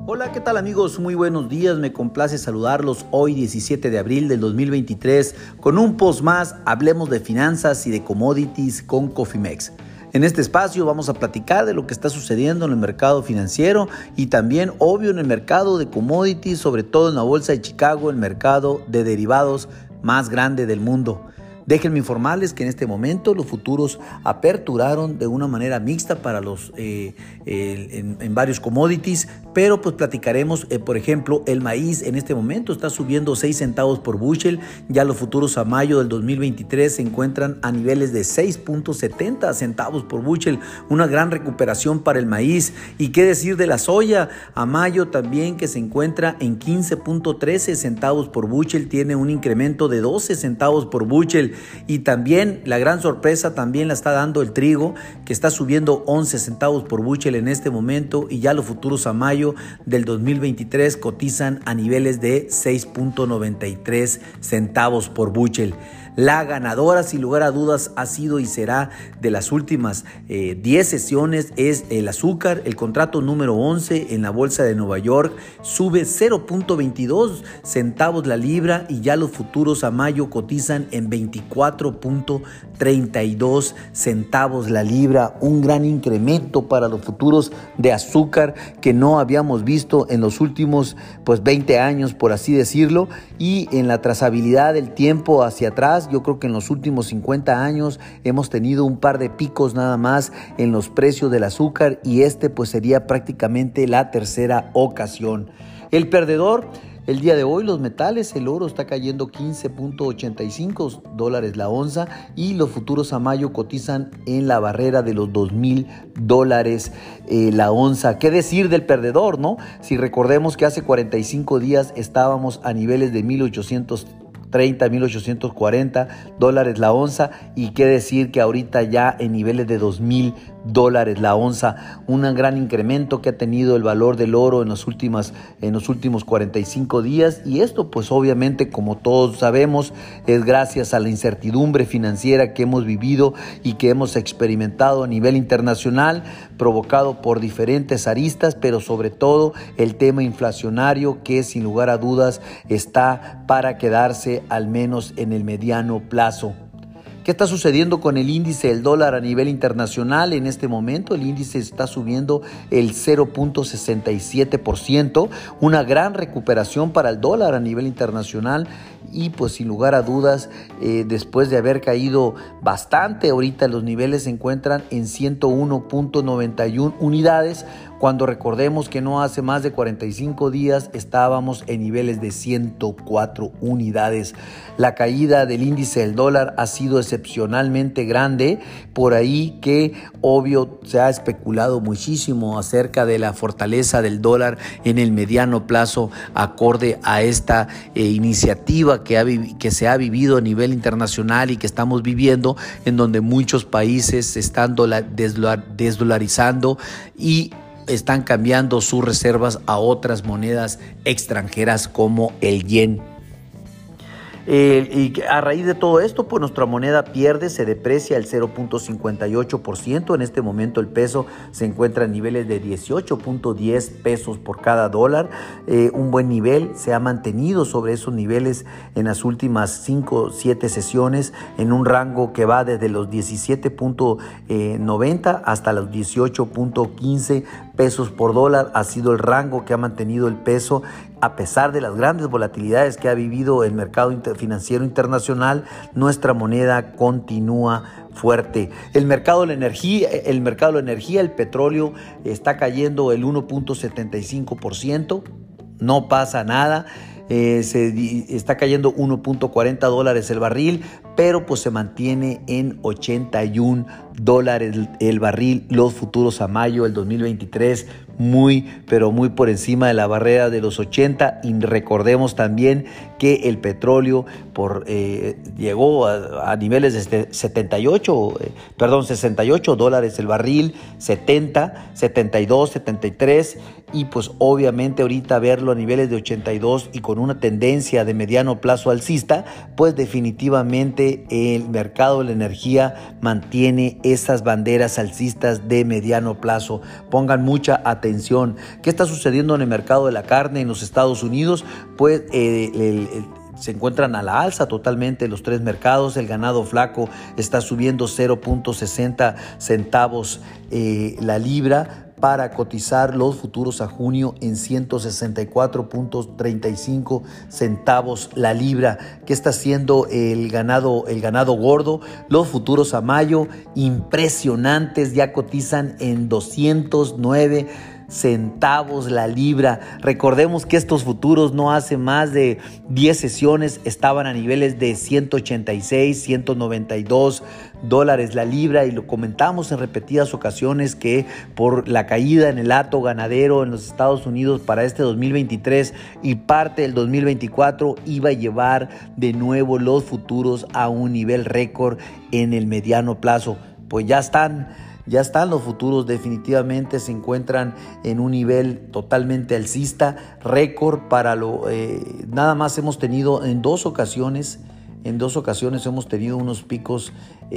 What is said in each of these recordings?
Hola, ¿qué tal amigos? Muy buenos días, me complace saludarlos hoy 17 de abril del 2023 con un post más, hablemos de finanzas y de commodities con Cofimex. En este espacio vamos a platicar de lo que está sucediendo en el mercado financiero y también, obvio, en el mercado de commodities, sobre todo en la bolsa de Chicago, el mercado de derivados más grande del mundo. Déjenme informarles que en este momento los futuros aperturaron de una manera mixta para en varios commodities, pero pues platicaremos, por ejemplo, el maíz en este momento está subiendo 6 centavos por bushel, ya los futuros a mayo del 2023 se encuentran a niveles de 6.70 centavos por bushel, una gran recuperación para el maíz. Y qué decir de la soya, a mayo también que se encuentra en 15.13 centavos por bushel, tiene un incremento de 12 centavos por bushel. Y también la gran sorpresa también la está dando el trigo, que está subiendo 11 centavos por bushel en este momento, y ya los futuros a mayo del 2023 cotizan a niveles de 6.93 centavos por bushel. La ganadora, sin lugar a dudas, ha sido y será de las últimas 10 sesiones, es el azúcar. El contrato número 11 en la bolsa de Nueva York sube 0.22 centavos la libra y ya los futuros a mayo cotizan en 24.32 centavos la libra. Un gran incremento para los futuros de azúcar que no habíamos visto en los últimos 20 años, por así decirlo. Y en la trazabilidad del tiempo hacia atrás, yo creo que en los últimos 50 años hemos tenido un par de picos nada más en los precios del azúcar, y pues sería prácticamente la tercera ocasión. El perdedor, el día de hoy, los metales, el oro está cayendo $15.85 la onza y los futuros a mayo cotizan en la barrera de los $2,000 la onza. ¿Qué decir del perdedor, no? Si recordemos que hace 45 días estábamos a niveles de $1,840 la onza, y qué decir que ahorita ya en niveles de $2,000 la onza, un gran incremento que ha tenido el valor del oro en los últimos 45 días, y esto pues obviamente, como todos sabemos, es gracias a la incertidumbre financiera que hemos vivido y que hemos experimentado a nivel internacional, provocado por diferentes aristas, pero sobre todo el tema inflacionario, que sin lugar a dudas está para quedarse al menos en el mediano plazo. ¿Qué está sucediendo con el índice del dólar a nivel internacional? En este momento el índice está subiendo el 0.67%, una gran recuperación para el dólar a nivel internacional, y pues sin lugar a dudas, después de haber caído bastante, ahorita los niveles se encuentran en 101.91 unidades, cuando recordemos que no hace más de 45 días estábamos en niveles de 104 unidades. La caída del índice del dólar ha sido excepcionalmente grande, por ahí que obvio se ha especulado muchísimo acerca de la fortaleza del dólar en el mediano plazo, acorde a esta iniciativa que se ha vivido a nivel internacional y que estamos viviendo, en donde muchos países se están desdolarizando y están cambiando sus reservas a otras monedas extranjeras como el yen. Y a raíz de todo esto, pues nuestra moneda se deprecia el 0.58%. En este momento el peso se encuentra a niveles de 18.10 pesos por cada dólar. Un buen nivel, se ha mantenido sobre esos niveles en las últimas 5-7 sesiones, en un rango que va desde los 17.90 hasta los 18.15 pesos por dólar. Ha sido el rango que ha mantenido el peso a pesar de las grandes volatilidades que ha vivido el mercado financiero internacional. Nuestra moneda continúa fuerte. El mercado de la energía, el petróleo está cayendo el 1.75%. No pasa nada. Está cayendo $1.40 el barril, pero pues se mantiene en $81 el barril. Los futuros a mayo del 2023 pero muy por encima de la barrera de los 80, y recordemos también que el petróleo llegó a niveles de $68 el barril, 70, 72, 73, y pues obviamente ahorita verlo a niveles de 82 y con una tendencia de mediano plazo alcista, pues definitivamente el mercado de la energía mantiene esas banderas alcistas de mediano plazo. Pongan mucha atención. ¿Qué está sucediendo en el mercado de la carne en los Estados Unidos? Pues se encuentran a la alza totalmente los tres mercados. El ganado flaco está subiendo 0.60 centavos la libra, para cotizar los futuros a junio en 164.35 centavos la libra. ¿Qué está haciendo el ganado gordo? Los futuros a mayo, impresionantes, ya cotizan en 209 centavos la libra. Recordemos que estos futuros no hace más de 10 sesiones estaban a niveles de 186, 192 dólares la libra, y lo comentamos en repetidas ocasiones que por la caída en el hato ganadero en los Estados Unidos para este 2023 y parte del 2024 iba a llevar de nuevo los futuros a un nivel récord en el mediano plazo. Pues ya están los futuros, definitivamente se encuentran en un nivel totalmente alcista, récord para nada más hemos tenido en dos ocasiones hemos tenido unos picos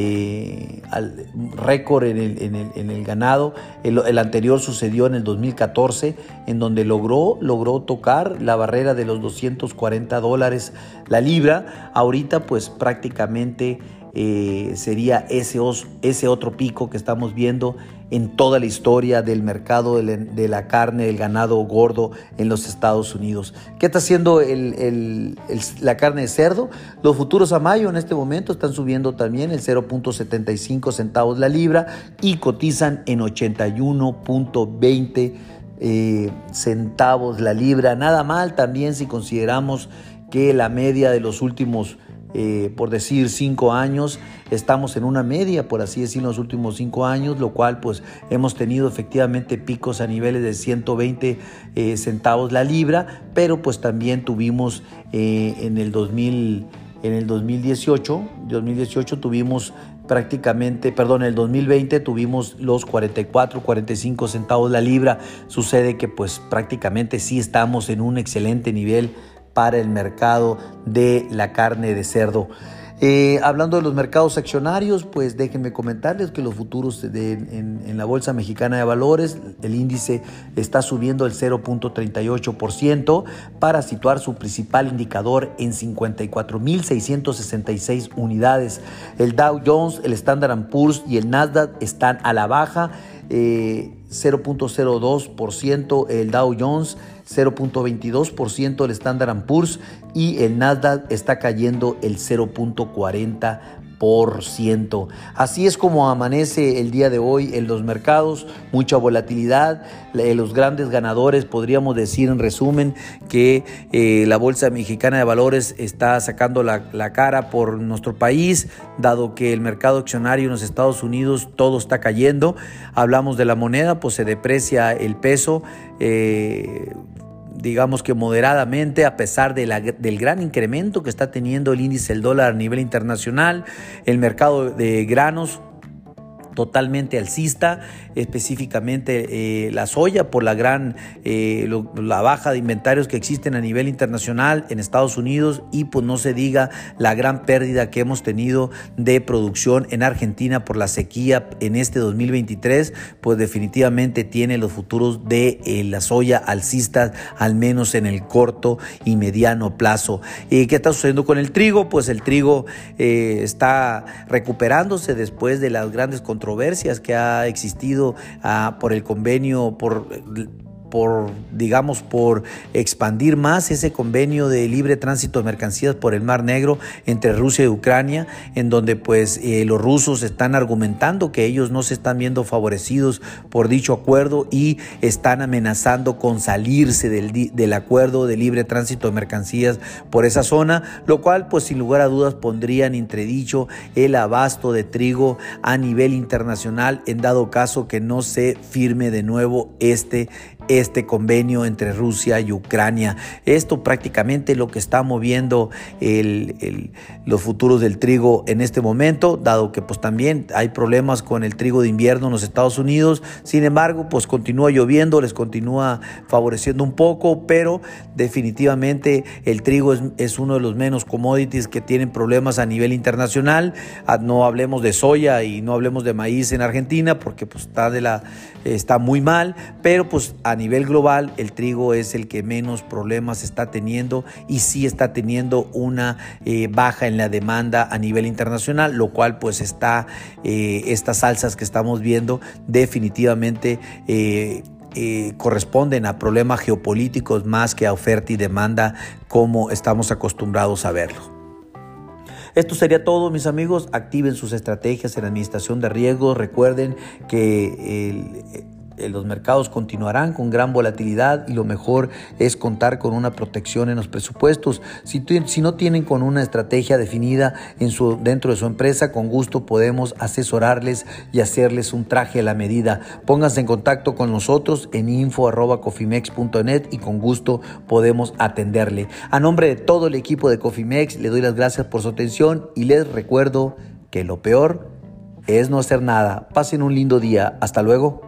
récord en el ganado. El anterior sucedió en el 2014, en donde logró tocar la barrera de los 240 dólares la libra. Ahorita pues prácticamente sería ese otro pico que estamos viendo en toda la historia del mercado de la carne del ganado gordo en los Estados Unidos. ¿Qué está haciendo la carne de cerdo? Los futuros a mayo en este momento están subiendo también el 0.75 centavos la libra y cotizan en 81.20 centavos la libra. Nada mal también si consideramos que la media de los últimos por decir 5 años, estamos en una media, por así decirlo, en los últimos 5 años, lo cual pues hemos tenido efectivamente picos a niveles de 120 centavos la libra, pero pues también tuvimos en el 2018 tuvimos en el 2020 tuvimos los 45 centavos la libra. Sucede que pues prácticamente sí estamos en un excelente nivel para el mercado de la carne de cerdo. Hablando de los mercados accionarios, pues déjenme comentarles que los futuros en la Bolsa Mexicana de Valores, el índice está subiendo el 0.38% para situar su principal indicador en 54.666 unidades. El Dow Jones, el Standard & Poor's y el Nasdaq están a la baja, 0.02% el Dow Jones, 0.22% el Standard & Poor's y el Nasdaq está cayendo el 0.40%. Así es como amanece el día de hoy en los mercados, mucha volatilidad. Los grandes ganadores, podríamos decir en resumen que la Bolsa Mexicana de Valores está sacando la cara por nuestro país, dado que el mercado accionario en los Estados Unidos todo está cayendo. Hablamos de la moneda, pues se deprecia el peso, digamos que moderadamente, a pesar del gran incremento que está teniendo el índice del dólar a nivel internacional. El mercado de granos totalmente alcista, específicamente la soya por la baja de inventarios que existen a nivel internacional en Estados Unidos, y pues no se diga la gran pérdida que hemos tenido de producción en Argentina por la sequía en este 2023, pues definitivamente tiene los futuros de la soya alcistas, al menos en el corto y mediano plazo. ¿Qué está sucediendo con el trigo? Pues el trigo está recuperándose después de las grandes controversias que ha existido por el convenio, por expandir más ese convenio de libre tránsito de mercancías por el Mar Negro entre Rusia y Ucrania, en donde pues los rusos están argumentando que ellos no se están viendo favorecidos por dicho acuerdo y están amenazando con salirse del acuerdo de libre tránsito de mercancías por esa zona, lo cual pues sin lugar a dudas pondría en entredicho el abasto de trigo a nivel internacional en dado caso que no se firme de nuevo este este convenio entre Rusia y Ucrania. Esto prácticamente lo que está moviendo los futuros del trigo en este momento, dado que pues también hay problemas con el trigo de invierno en los Estados Unidos. Sin embargo, pues continúa lloviendo, les continúa favoreciendo un poco, pero definitivamente el trigo es uno de los menos commodities que tienen problemas a nivel internacional. No hablemos de soya y no hablemos de maíz en Argentina porque pues está muy mal, pero pues a nivel global el trigo es el que menos problemas está teniendo y sí está teniendo una baja en la demanda a nivel internacional, lo cual pues estas alzas que estamos viendo definitivamente corresponden a problemas geopolíticos más que a oferta y demanda como estamos acostumbrados a verlo. Esto sería todo, mis amigos. Activen sus estrategias en administración de riesgos. Recuerden que los mercados continuarán con gran volatilidad y lo mejor es contar con una protección en los presupuestos. Si no tienen con una estrategia definida dentro de su empresa, con gusto podemos asesorarles y hacerles un traje a la medida. Pónganse en contacto con nosotros en info@cofimex.net y con gusto podemos atenderle. A nombre de todo el equipo de Cofimex, le doy las gracias por su atención y les recuerdo que lo peor es no hacer nada. Pasen un lindo día. Hasta luego.